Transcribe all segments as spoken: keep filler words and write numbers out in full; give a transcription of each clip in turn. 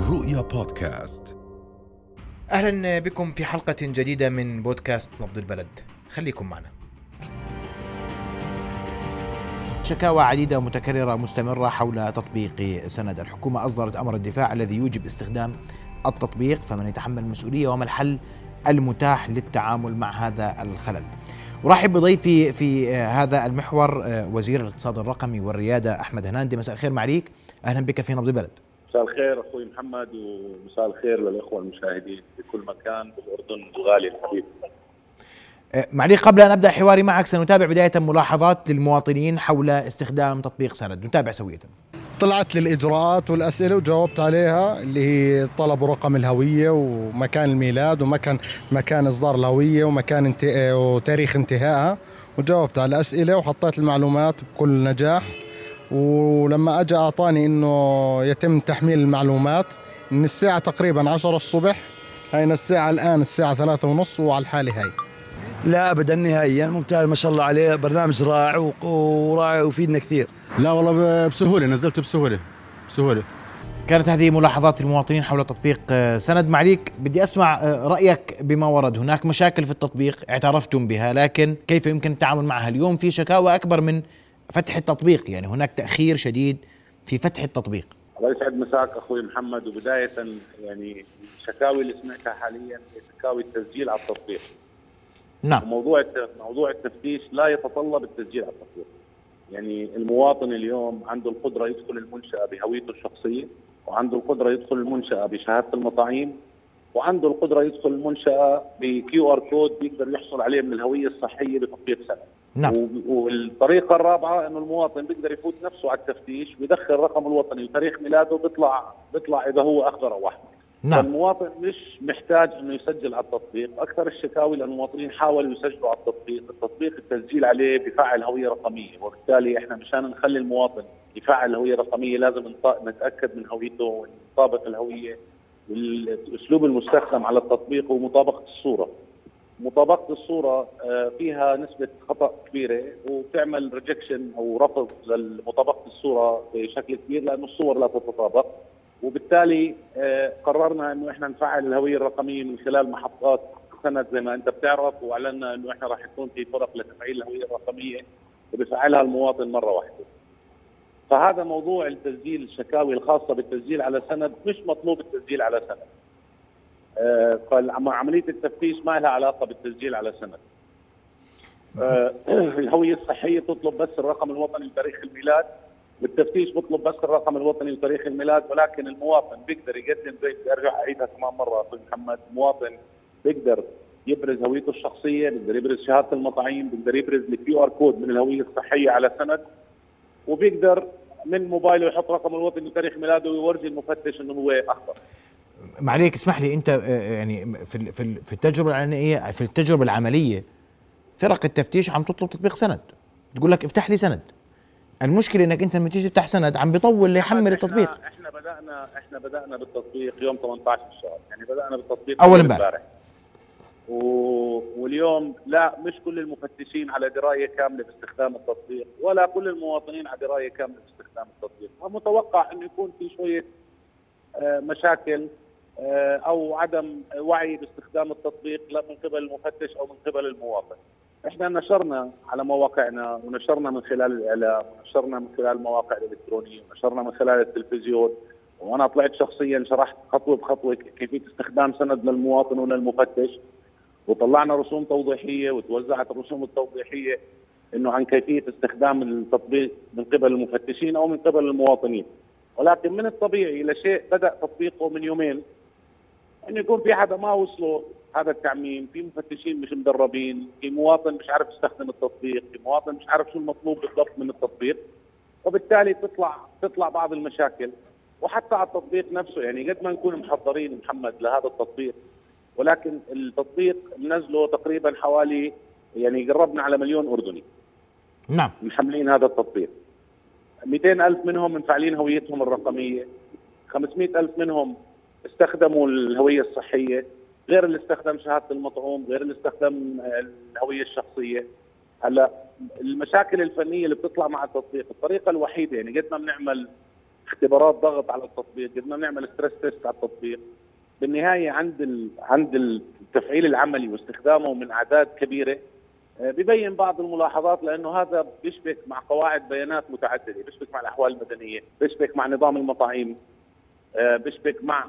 رؤيا بودكاست. أهلا بكم في حلقة جديدة من بودكاست نبض البلد، خليكم معنا. شكاوى عديدة متكررة مستمرة حول تطبيق سند. الحكومة أصدرت أمر الدفاع الذي يوجب استخدام التطبيق، فمن يتحمل المسؤولية وما الحل المتاح للتعامل مع هذا الخلل. ورحب بضيفي في هذا المحور وزير الاقتصاد الرقمي والريادة أحمد هناندي. مساء الخير معليك، أهلا بك في نبض البلد. مساء الخير أخوي محمد، ومساء الخير للإخوة المشاهدين في كل مكان بالأردن الغالي الحبيب. معلي، قبل أن أبدأ حواري معك سنتابع بداية ملاحظات للمواطنين حول استخدام تطبيق سند. نتابع سوية. طلعت للإجراءات والأسئلة وجاوبت عليها، اللي هي طلب رقم الهوية ومكان الميلاد ومكان مكان إصدار الهوية ومكان انت... وتاريخ انتهائها، وجاوبت على الأسئلة وحطيت المعلومات بكل نجاح. ولما أجا أعطاني إنه يتم تحميل المعلومات من الساعة تقريبا عشرة الصبح، هاينا الساعة الآن الساعة ثلاثة ونص وعلى الحالة هاي. لا أبدا نهائيا، ممتاز ما شاء الله عليه، برنامج رائع وراعي وفيدنا كثير. لا والله بسهولة، نزلته بسهولة بسهولة. كانت هذه ملاحظات المواطنين حول تطبيق سند. معليك، بدي أسمع رأيك بما ورد. هناك مشاكل في التطبيق اعترفتم بها، لكن كيف يمكن التعامل معها؟ اليوم في شكاوى أكبر من فتح التطبيق، يعني هناك تأخير شديد في فتح التطبيق. الله يسعد مساك أخوي محمد. وبداية يعني الشكاوي اللي سمعتها حاليا هي شكاوي التسجيل على التطبيق. نعم. وموضوع موضوع التفتيش لا يتطلب التسجيل على التطبيق. يعني المواطن اليوم عنده القدرة يدخل المنشأة بهويته الشخصية، وعنده القدرة يدخل المنشأة بشهادة المطاعيم، وعنده القدرة يدخل المنشأة بكيو ار كود بيقدر يحصل عليه من الهوية الصحية بتطبيق سند. نعم. والطريقة الرابعة انه المواطن بيقدر يفوت نفسه على التفتيش ويدخل رقم الوطني وتاريخ ميلاده، بيطلع بيطلع اذا هو اخضر او احمر. نعم. فالمواطن مش محتاج انه يسجل على التطبيق. اكثر الشكاوي لان المواطنين حاولوا يسجلوا على التطبيق، التطبيق التسجيل عليه بفعل هوية رقمية، وبالتالي احنا مشان نخلي المواطن يفعل هوية رقمية لازم نتاكد من هويته ونطابق الهوية. والاسلوب المستخدم على التطبيق ومطابقة الصورة. مطابقة الصورة فيها نسبة خطأ كبيرة، وبتعمل ريجكشن أو رفض لمطابقة الصورة بشكل كبير لأن الصور لا تتطابق. وبالتالي قررنا إنه إحنا نفعل الهوية الرقمية من خلال محطات سند زي ما أنت بتعرف، وأعلنا إنه إحنا راح يكون في فرق لتفعيل الهوية الرقمية وبفعلها المواطن مرة واحدة. فهذا موضوع التسجيل، الشكاوي الخاصة بالتسجيل على سند مش مطلوب التسجيل على سند. آه فعملية التفتيش ما لها علاقة بالتسجيل على سند. آه الهوية الصحية تطلب بس الرقم الوطني وتاريخ الميلاد، والتفتيش بطلب بس الرقم الوطني وتاريخ الميلاد. ولكن المواطن بيقدر يقدم، بدي ارجع اعيدها كمان مرة اخوي محمد، المواطن بيقدر يبرز هويته الشخصية، بيقدر يبرز شهادة المطاعيم، بيقدر يبرز الكيو ار كود من الهوية الصحية على سند، وبيقدر من موبايله يحط رقم الوطني وتاريخ ميلاده ويورجي المفتش انه هو اخضر. معليك اسمح لي، انت يعني في في في التجربه العمليه في التجربه العمليه فرق التفتيش عم تطلب تطبيق سند، تقول لك افتح لي سند. المشكله انك انت لما تيجي تفتح سند عم بيطول ليحمل التطبيق. احنا بدانا احنا بدانا بالتطبيق يوم ثمانية عشر الشهر، يعني بدانا بالتطبيق اول امبارح. و... واليوم لا، مش كل المفتشين على درايه كامله باستخدام التطبيق، ولا كل المواطنين على درايه كامله باستخدام التطبيق. ومتوقع انه يكون في شويه مشاكل او عدم وعي باستخدام التطبيق لا من قبل المفتش او من قبل المواطن. احنا نشرنا على مواقعنا، ونشرنا من خلال الاعلام، ونشرنا من خلال المواقع الالكترونيه، ونشرنا من خلال التلفزيون، وانا طلعت شخصيا شرحت خطوه بخطوه كيفيه استخدام سند للمواطن وللمفتش، وطلعنا رسوم توضيحيه وتوزعت الرسوم التوضيحيه انه عن كيفيه استخدام التطبيق من قبل المفتشين او من قبل المواطنين. ولكن من الطبيعي لشيء بدا تطبيقه من يومين انه يكون في حدا ما وصله هذا التعميم، في مفتشين مش مدربين، في مواطن مش عارف يستخدم التطبيق، في مواطن مش عارف شو المطلوب بالضبط من التطبيق، وبالتالي تطلع تطلع بعض المشاكل. وحتى على التطبيق نفسه، يعني قد ما نكون محضرين محمد لهذا التطبيق، ولكن التطبيق منزله تقريبا حوالي يعني قربنا على مليون أردني. نعم. محملين هذا التطبيق. مئتين ألف منهم منفعلين هويتهم الرقمية، خمسمئة ألف منهم استخدموا الهوية الصحية، غير اللي استخدم شهادة المطعوم، غير اللي استخدم الهوية الشخصية. هلا المشاكل الفنية اللي بتطلع مع التطبيق، الطريقة الوحيدة يعني قد ما بنعمل اختبارات ضغط على التطبيق، قدرنا نعمل ستريس تيست على التطبيق. بالنهايه عند ال... عند التفعيل العملي واستخدامه من اعداد كبيره ببين بعض الملاحظات، لانه هذا بيشبك مع قواعد بيانات متعدده، بيشبك مع الاحوال المدنيه، بيشبك مع نظام المطاعيم، بيشبك مع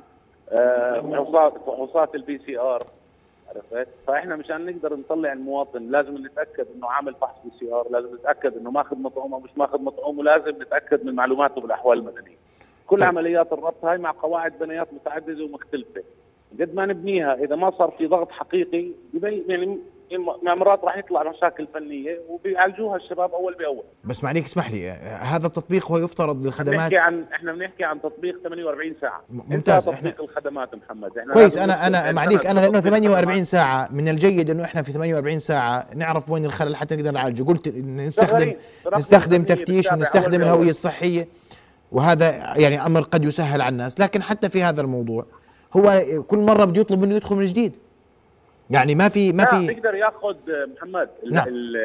فحوصات فحوصات البي سي ار. عرفت؟ فاحنا مشان نقدر نطلع المواطن لازم نتاكد انه عامل فحص بي سي ار، لازم نتاكد انه ماخذ مطعوم او مش ماخذ مطعوم، ولازم نتاكد من معلوماته بالاحوال المدنيه. كل طيب. عمليات الربط هاي مع قواعد بيانات متعدده ومختلفه. قد ما نبنيها اذا ما صار في ضغط حقيقي يعني مرات راح يطلع مشاكل فنيه وبيعالجوها الشباب اول باول. بس معليك اسمح لي، هذا التطبيق هو يفترض للخدمات. بنحكي عن احنا بنحكي عن تطبيق ثمانية وأربعين ساعه. ممتاز. تطبيق احنا الخدمات محمد احنا كويس. انا انا معليك انا لانه ثمانية وأربعين ساعه من الجيد انه احنا في ثمانية وأربعين ساعه نعرف وين الخلل حتى نقدر نعالجه. قلت نستخدم نستخدم تفتيش ونستخدم الهويه الصحيه، وهذا يعني امر قد يسهل على الناس، لكن حتى في هذا الموضوع هو كل مره بده يطلب منه يدخل من جديد. يعني ما في ما في بيقدر ياخذ محمد. نعم.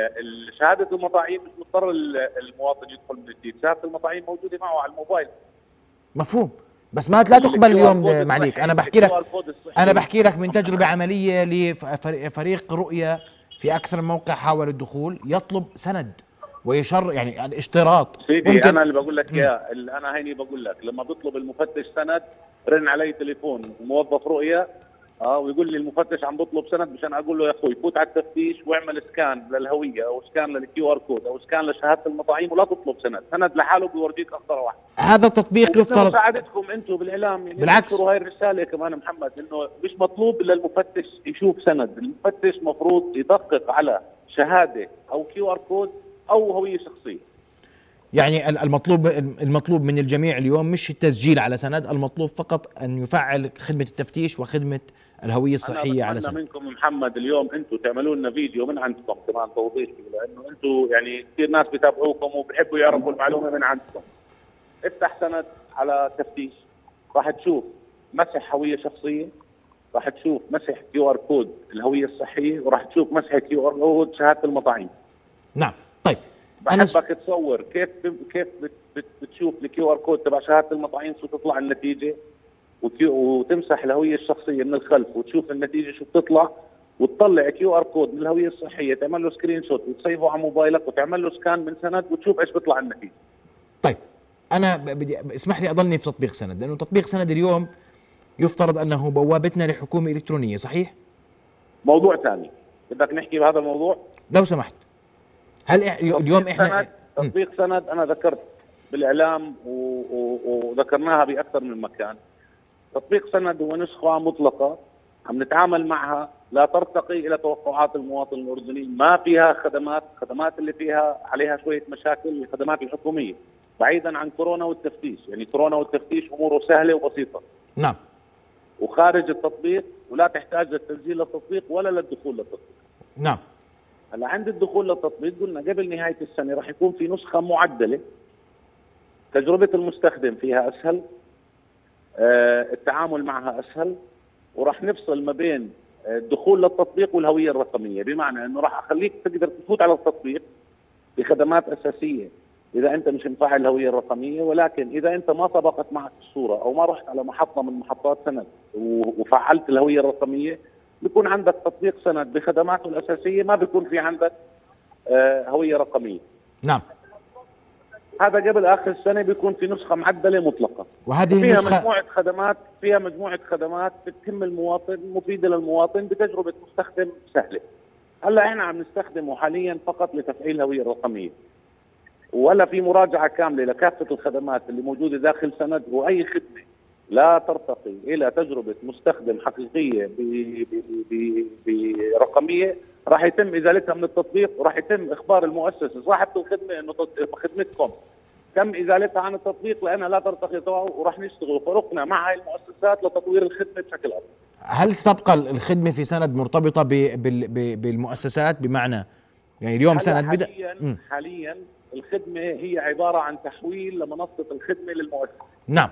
شهاده المطاعيم مش مضطر المواطن يدخل من جديد، شهاده المطاعيم موجوده معه على الموبايل. مفهوم. بس ما لا تقبل اليوم. معليك انا بحكي لك انا بحكي لك من تجربه عمليه لفريق رؤيه في اكثر من موقع حاول الدخول، يطلب سند ويشر يعني الاشتراط. سيدي انا اللي بقول لك اياه، انا هيني بقول لك لما بيطلب المفتش سند رن علي تليفون موظف رؤيه اه ويقول لي المفتش عم بطلب سند، مشان اقول له يا اخوي فوت على التفتيش واعمل سكان للهويه او سكان للكيو ار كود او سكان لشهاده المطاعيم ولا تطلب سند، سند لحاله بيورجيك اخطر واحد. هذا التطبيق يفترض مساعدتكم انتم بالاعلام يعني بالعكس هاي الرساله كمان محمد، انه مش مطلوب الا المفتش يشوف سند، المفتش مفروض يدقق على شهاده او كيو ار كود او هويه شخصيه. يعني المطلوب المطلوب من الجميع اليوم مش التسجيل على سند، المطلوب فقط ان يفعل خدمه التفتيش وخدمه الهويه الصحيه على سند. أنا منكم محمد اليوم انتم تعملوا لنا فيديو من عندكم كمان توضيح، لانه انتم يعني كثير ناس بيتابعوكم وبيحبوا يعرفوا المعلومه من عندكم. افتح سند على تفتيش، راح تشوف مسح هويه شخصيه، راح تشوف مسح كيو ار كود الهويه الصحيه، وراح تشوف مسح كيو ار كود شهاده المطاعيم. نعم. طيب بحبك تصور كيف كيف بتشوف الكيو ار كود تبع شهاده المطاعيم شو تطلع النتيجه، وتمسح الهويه الشخصيه من الخلف وتشوف النتيجه شو بتطلع، وتطلع كيو ار كود من الهويه الصحيه تعمل له سكرين شوت وتسيفه على موبايلك وتعمل له سكان من سند وتشوف ايش بيطلع النتيجه. طيب انا بدي اسمح لي اضلني في تطبيق سند، لانه تطبيق سند اليوم يفترض انه بوابتنا لحكومه الكترونيه، صحيح؟ موضوع ثاني بدك نحكي بهذا الموضوع لو سمحت. هل اليوم احنا سند تطبيق سند انا ذكرت بالاعلام وذكرناها باكثر من مكان، تطبيق سند هو نسخه مطلقه عم نتعامل معها لا ترتقي الى توقعات المواطن الاردني، ما فيها خدمات، خدمات اللي فيها عليها شويه مشاكل الخدمات الحكوميه بعيدا عن كورونا والتفتيش، يعني كورونا والتفتيش اموره سهله وبسيطه. نعم. وخارج التطبيق ولا تحتاج للتسجيل للتطبيق ولا للدخول للتطبيق. نعم. هلا عند الدخول للتطبيق قلنا قبل نهايه السنه راح يكون في نسخه معدله، تجربه المستخدم فيها اسهل، آه التعامل معها اسهل، وراح نفصل ما بين الدخول للتطبيق والهويه الرقميه، بمعنى انه راح اخليك تقدر تفوت على التطبيق بخدمات اساسيه اذا انت مش مفعل الهويه الرقميه، ولكن اذا انت ما طبقت معك الصوره او ما رحت على محطه من محطات سند وفعلت الهويه الرقميه بيكون عندك تطبيق سند بخدماته الاساسيه، ما بيكون في عندك آه هويه رقميه. نعم. هذا قبل اخر السنه بيكون في نسخه معدله مطلقه، وهذه فيها النسخة مجموعه خدمات فيها مجموعه خدمات بتهم المواطن، مفيده للمواطن بتجربه مستخدم سهله. هلا احنا عم نستخدمه حاليا فقط لتفعيل الهويه الرقميه، ولا في مراجعه كامله لكافه الخدمات اللي موجوده داخل سند، واي خدمه لا ترتقي الى تجربه مستخدم حقيقيه برقميه راح يتم ازالتها من التطبيق، وراح يتم اخبار المؤسسه صاحبه الخدمه انه خدمتكم تم ازالتها عن التطبيق لانها لا ترتقي طبعا، وراح نشتغل فرقنا مع هاي المؤسسات لتطوير الخدمه بشكل افضل. هل ستبقى الخدمه في سند مرتبطه بالمؤسسات؟ بمعنى يعني اليوم سند بدا حاليا, حاليا الخدمه هي عباره عن تحويل لمنصه الخدمه للمؤسسه. نعم.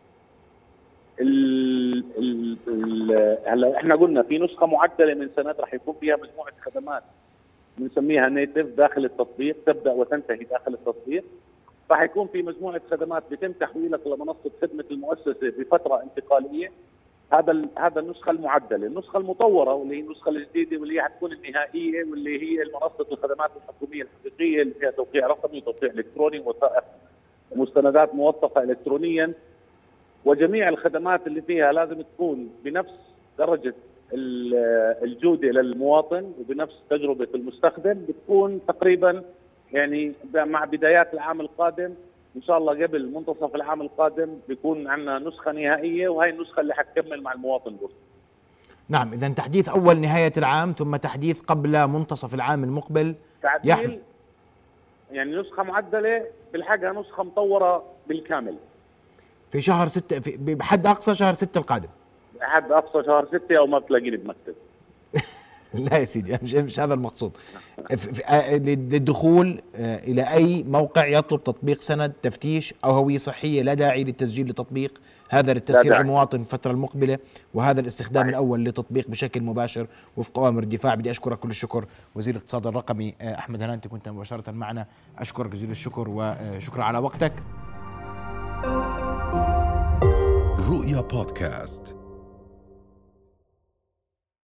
ال ال ال هلا احنا قلنا في نسخه معدله من سند راح يكون فيها مجموعه خدمات بنسميها نيتف داخل التطبيق، تبدا وتنتهي داخل التطبيق. راح يكون في مجموعه خدمات بيتم تحويلك لمنصه خدمه المؤسسه بفتره انتقاليه. هذا هذا النسخه المعدله، النسخه المطوره واللي هي النسخه الجديده واللي هي حتكون النهائيه واللي هي منصه الخدمات الحكوميه الحقيقيه اللي فيها توقيع رقمي وتوقيع الكتروني ووثائق مستندات موثقه الكترونيا، وجميع الخدمات اللي فيها لازم تكون بنفس درجه الجوده للمواطن وبنفس تجربه المستخدم. بتكون تقريبا يعني مع بدايات العام القادم ان شاء الله، قبل منتصف العام القادم بيكون عندنا نسخه نهائيه، وهي النسخه اللي حتكمل مع المواطن بس. نعم، اذا تحديث اول نهايه العام ثم تحديث قبل منتصف العام المقبل. تعديل يحن. يعني نسخه معدله بالحقها نسخه مطوره بالكامل في شهر ستة، في بحد اقصى شهر ستة القادم، بحد اقصى شهر ستة او ما بتلاقيني بمكتب. لا يا سيدي، مش, مش هذا المقصود. للدخول إلى أي موقع يطلب تطبيق سند تفتيش أو هوية صحية لا داعي للتسجيل لتطبيق، هذا للتسهيل المواطن في الفترة المقبلة، وهذا الاستخدام صحيح. الأول لتطبيق بشكل مباشر وفق أوامر الدفاع. بدي أشكرك كل الشكر وزير الاقتصاد الرقمي أحمد هنان، كنت مباشرة معنا. أشكرك جزيل الشكر وشكرا على وقتك. رؤيا بودكاست.